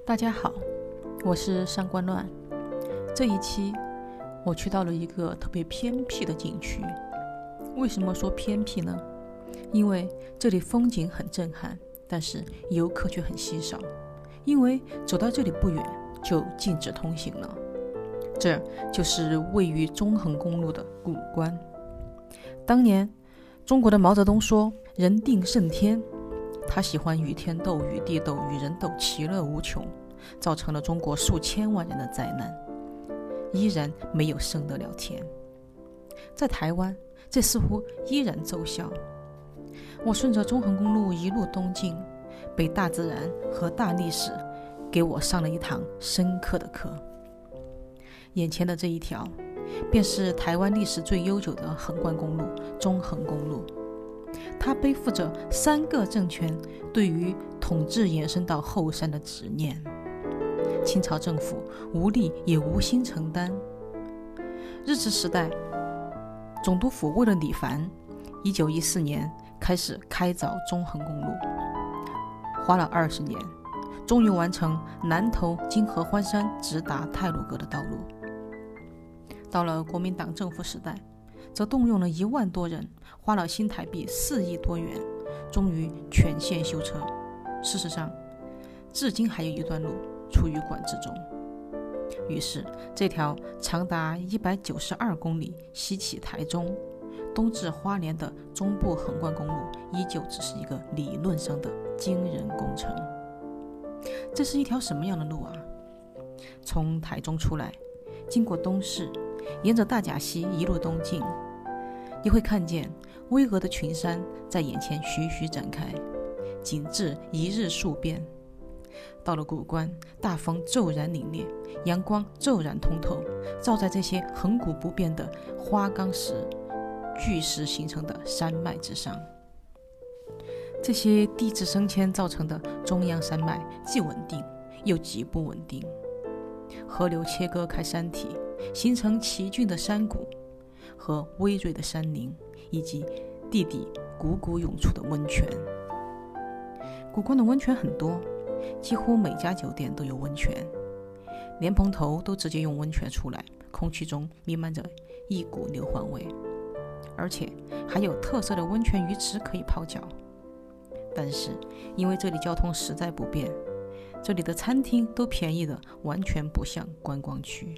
大家好，我是上官乱。这一期我去到了一个特别偏僻的景区。为什么说偏僻呢？因为这里风景很震撼，但是游客却很稀少，因为走到这里不远就禁止通行了。这就是位于中横公路的古关。当年中国的毛泽东说人定胜天，他喜欢与天斗、与地斗、与人斗，其乐无穷，造成了中国数千万人的灾难，依然没有胜得了天。在台湾，这似乎依然奏效。我顺着中横公路一路东进，被大自然和大历史给我上了一堂深刻的课。眼前的这一条便是台湾历史最悠久的横贯公路中横公路，它背负着3个政权对于统治延伸到后山的执念，清朝政府无力也无心承担。日治时代，总督府为了理蕃，1914年开始开凿中横公路，花了20年，终于完成南投经合欢山直达太鲁阁的道路。到了国民党政府时代，则动用了1万多人，花了新台币4亿多元，终于全线修车。事实上，至今还有一段路处于管制中。于是，这条长达192公里西起台中、东至花莲的中部横贯公路，依旧只是一个理论上的惊人工程。这是一条什么样的路啊？从台中出来，经过东势，沿着大甲溪一路东进，你会看见巍峨的群山在眼前徐徐展开，景致一日数变。到了古关，大风骤然凛冽，阳光骤然通透，照在这些恒古不变的花岗石巨石形成的山脉之上。这些地质升迁造成的中央山脉既稳定又极不稳定，河流切割开山体，形成奇峻的山谷和葳蕤的山林，以及地底汩汩涌出的温泉。古关的温泉很多，几乎每家酒店都有温泉，莲蓬头都直接用温泉出来，空气中弥漫着一股硫磺味，而且还有特色的温泉鱼池可以泡脚。但是因为这里交通实在不便，这里的餐厅都便宜的完全不像观光区。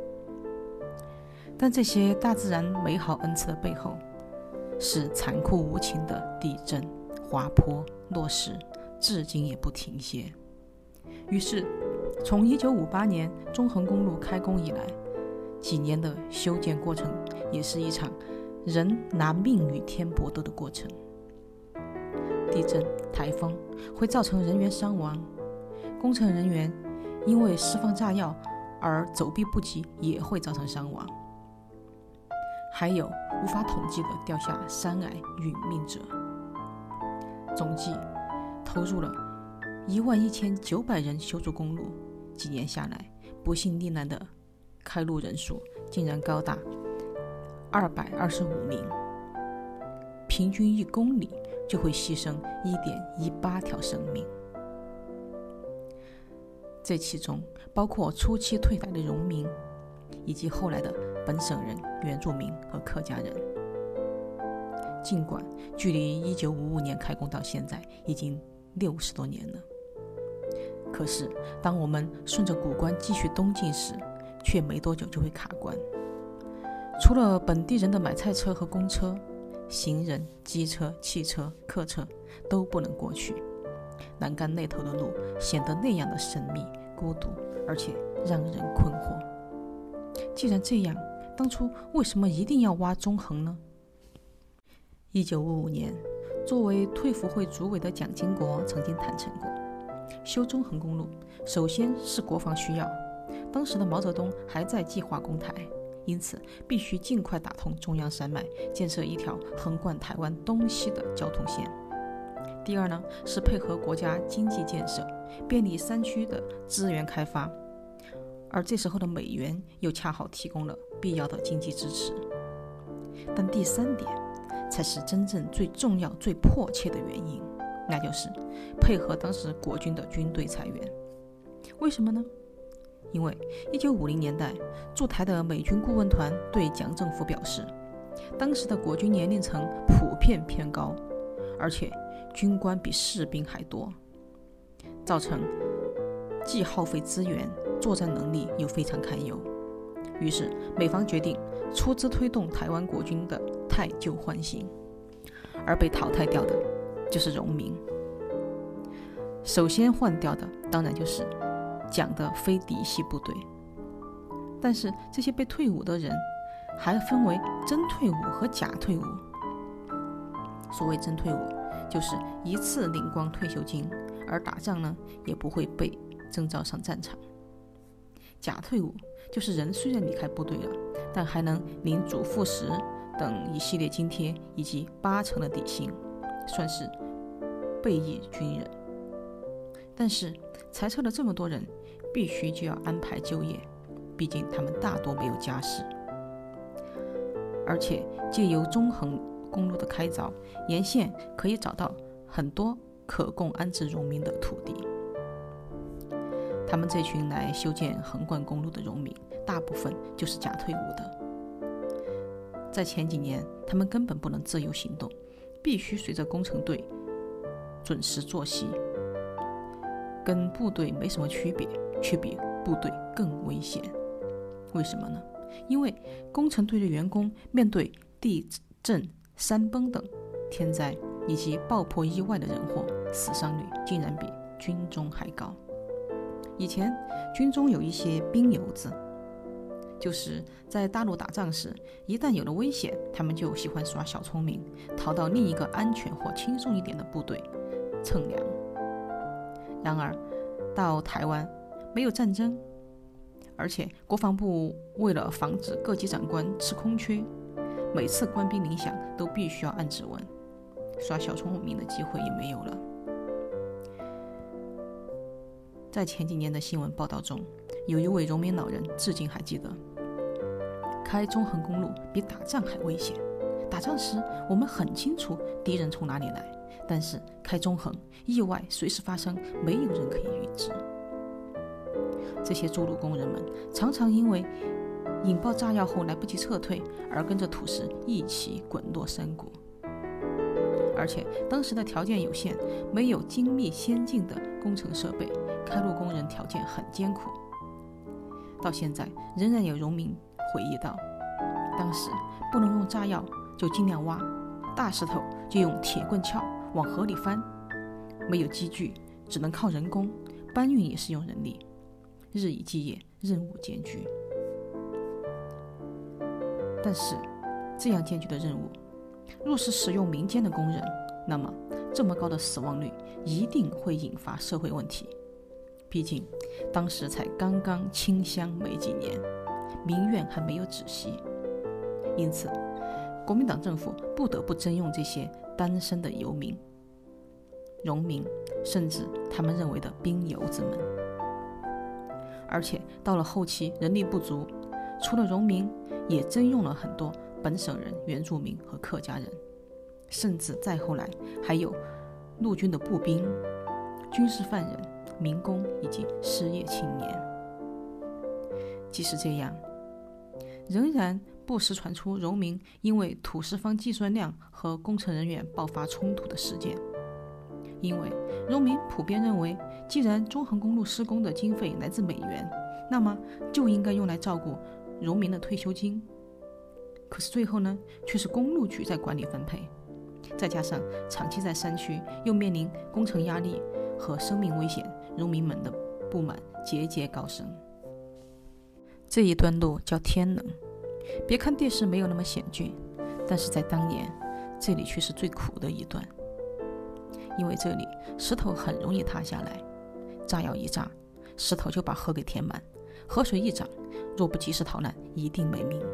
但这些大自然美好恩赐的背后，是残酷无情的地震、滑坡、落石，至今也不停歇。于是从1958年中横公路开工以来，几年的修建过程也是一场人拿命与天搏斗的过程。地震、台风会造成人员伤亡，工程人员因为释放炸药而走避不及也会造成伤亡，还有无法统计的掉下山崖殒命者。总计投入了11900人修筑公路，几年下来，不幸溺难的开路人数竟然高达225名，平均1公里就会牺牲1.18条生命。这其中包括初期退来的农民，以及后来的本省人、原住民和客家人。尽管距离1955年开工到现在已经60多年了，可是当我们顺着古关继续东进时，却没多久就会卡关。除了本地人的买菜车和公车，行人、机车、汽车、客车都不能过去。栏杆那头的路显得那样的神秘、孤独，而且让人困惑。既然这样，当初为什么一定要挖中横呢？1955年，作为退辅会主委的蒋经国曾经坦诚过，修中横公路首先是国防需要，当时的毛泽东还在计划攻台，因此必须尽快打通中央山脉，建设一条横贯台湾东西的交通线。第二呢，是配合国家经济建设，便利山区的资源开发，而这时候的美元又恰好提供了必要的经济支持。但第3点才是真正最重要、最迫切的原因，那就是配合当时国军的军队裁员。 为什么呢？因为1950年代驻台的美军顾问团对蒋政府表示，当时的国军年龄层普遍偏高，而且军官比士兵还多，造成既耗费资源，作战能力又非常堪忧。于是美方决定出资推动台湾国军的汰旧换新，而被淘汰掉的就是荣民。首先换掉的当然就是蒋的非嫡系部队，但是这些被退伍的人还分为真退伍和假退伍。所谓真退伍，就是一次领光退休金，而打仗呢也不会被征召上战场。假退伍就是人虽然离开部队了，但还能领主副食等一系列津贴以及80%的底薪，算是备役军人。但是裁撤了这么多人，必须就要安排就业，毕竟他们大多没有家室。而且借由中横公路的开凿，沿线可以找到很多可供安置荣民的土地。他们这群来修建横贯公路的荣民，大部分就是假退伍的。在前几年，他们根本不能自由行动，必须随着工程队准时作息，跟部队没什么区别，却比部队更危险。为什么呢？因为工程队的员工面对地震、山崩等天灾以及爆破意外的人祸，死伤率竟然比军中还高。以前军中有一些兵油子，就是在大陆打仗时，一旦有了危险，他们就喜欢耍小聪明，逃到另一个安全或轻松一点的部队蹭粮。然而到台湾没有战争，而且国防部为了防止各级长官吃空缺，每次官兵领饷都必须要按指纹，耍小聪明的机会也没有了。在前几年的新闻报道中，有一位荣民老人至今还记得，开中横公路比打仗还危险。打仗时我们很清楚敌人从哪里来，但是开中横，意外随时发生，没有人可以预知。这些筑路工人们常常因为引爆炸药后来不及撤退，而跟着土石一起滚落山谷。而且当时的条件有限，没有精密先进的工程设备，开路工人条件很艰苦。到现在仍然有荣民回忆到，当时不能用炸药就尽量挖，大石头就用铁棍撬往河里翻，没有机具只能靠人工，搬运也是用人力，日以继夜，任务艰巨。但是这样艰巨的任务，若是使用民间的工人，那么这么高的死亡率一定会引发社会问题。毕竟当时才刚刚清乡没几年，民怨还没有止息，因此国民党政府不得不征用这些单身的游民、荣民，甚至他们认为的兵油子们。而且到了后期人力不足，除了荣民，也征用了很多本省人、原住民和客家人，甚至再后来还有陆军的步兵、军事犯人、民工以及失业青年。即使这样，仍然不时传出荣民因为土石方计算量和工程人员爆发冲突的事件。因为荣民普遍认为，既然中横公路施工的经费来自美元，那么就应该用来照顾荣民的退休金。可是最后呢，却是公路局在管理分配，再加上长期在山区，又面临工程压力和生命危险，荣民们的不满节节高升。这一段路叫天能，别看地势没有那么险峻，但是在当年，这里却是最苦的一段。因为这里石头很容易塌下来，炸药一炸，石头就把河给填满，河水一涨，若不及时逃难，一定没命。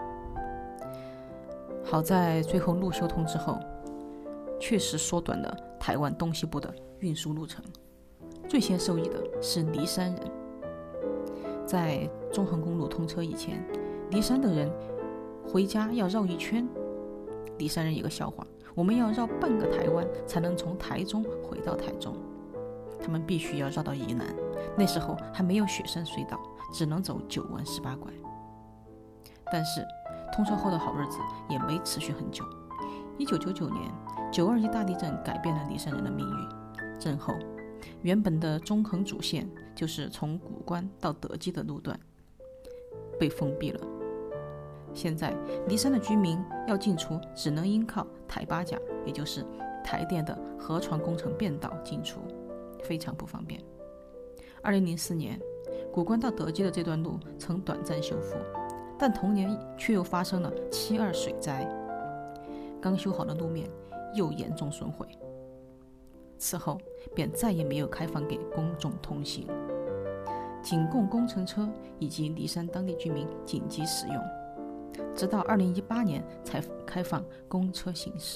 好在最后路修通之后，确实缩短了台湾东西部的运输路程，最先受益的是梨山人。在中横公路通车以前，梨山的人回家要绕一圈。梨山人有个笑话，我们要绕半个台湾才能从台中回到台中。 他们必须要绕到宜兰，那时候还没有雪山隧道，只能走9弯18拐。但是通车后的好日子也没持续很久。1999年921大地震改变了梨山人的命运。震后，原本的中横主线，就是从古关到德基的路段被封闭了。现在梨山的居民要进出只能依靠台八甲，也就是台电的河床工程便道进出，非常不方便。2004年古关到德基的这段路曾短暂修复，但同年却又发生了7.2水灾，刚修好的路面又严重损毁，此后便再也没有开放给公众通行，仅供工程车以及梨山当地居民紧急使用，直到2018年才开放公车行驶。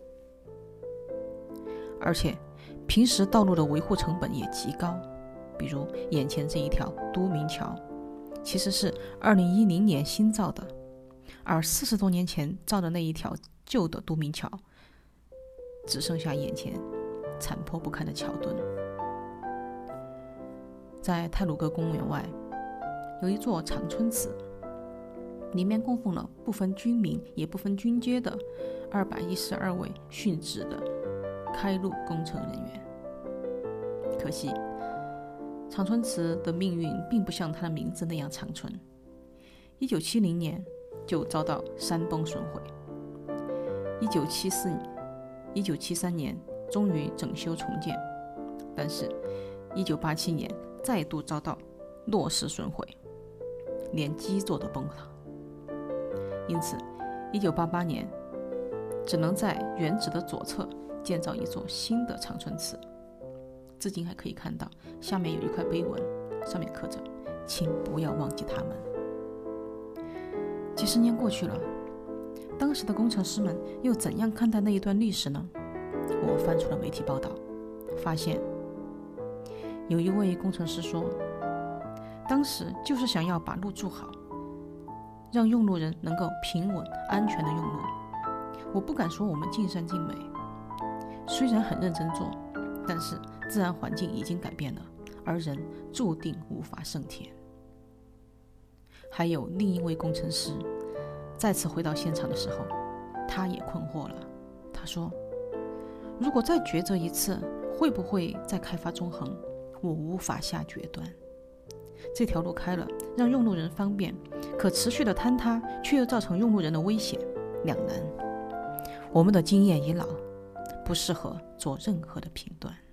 而且平时道路的维护成本也极高，比如眼前这一条都民桥其实是2010年新造的，而40多年前造的那一条旧的都民桥只剩下眼前残破不堪的桥墩。在太鲁阁公园外有一座长春祠，里面供奉了不分军民也不分军阶的212位殉职的开路工程人员。可惜长春祠的命运并不像它的名字那样长春，1970年就遭到山崩损毁，1973年终于整修重建，但是1987年再度遭到落石损毁，连基座都崩了。因此1988年只能在原址的左侧建造一座新的长春祠，至今还可以看到下面有一块碑文，上面刻着请不要忘记他们。几十年过去了，当时的工程师们又怎样看待那一段历史呢？我翻出了媒体报道，发现有一位工程师说，当时就是想要把路筑好，让用路人能够平稳安全的用路。我不敢说我们尽善尽美，虽然很认真做，但是自然环境已经改变了，而人注定无法胜天。还有另一位工程师再次回到现场的时候，他也困惑了。他说，如果再抉择一次，会不会再开发中横？我无法下决断。这条路开了，让用路人方便，可持续的坍塌却又造成用路人的危险，两难。我们的经验已老，不适合做任何的评断。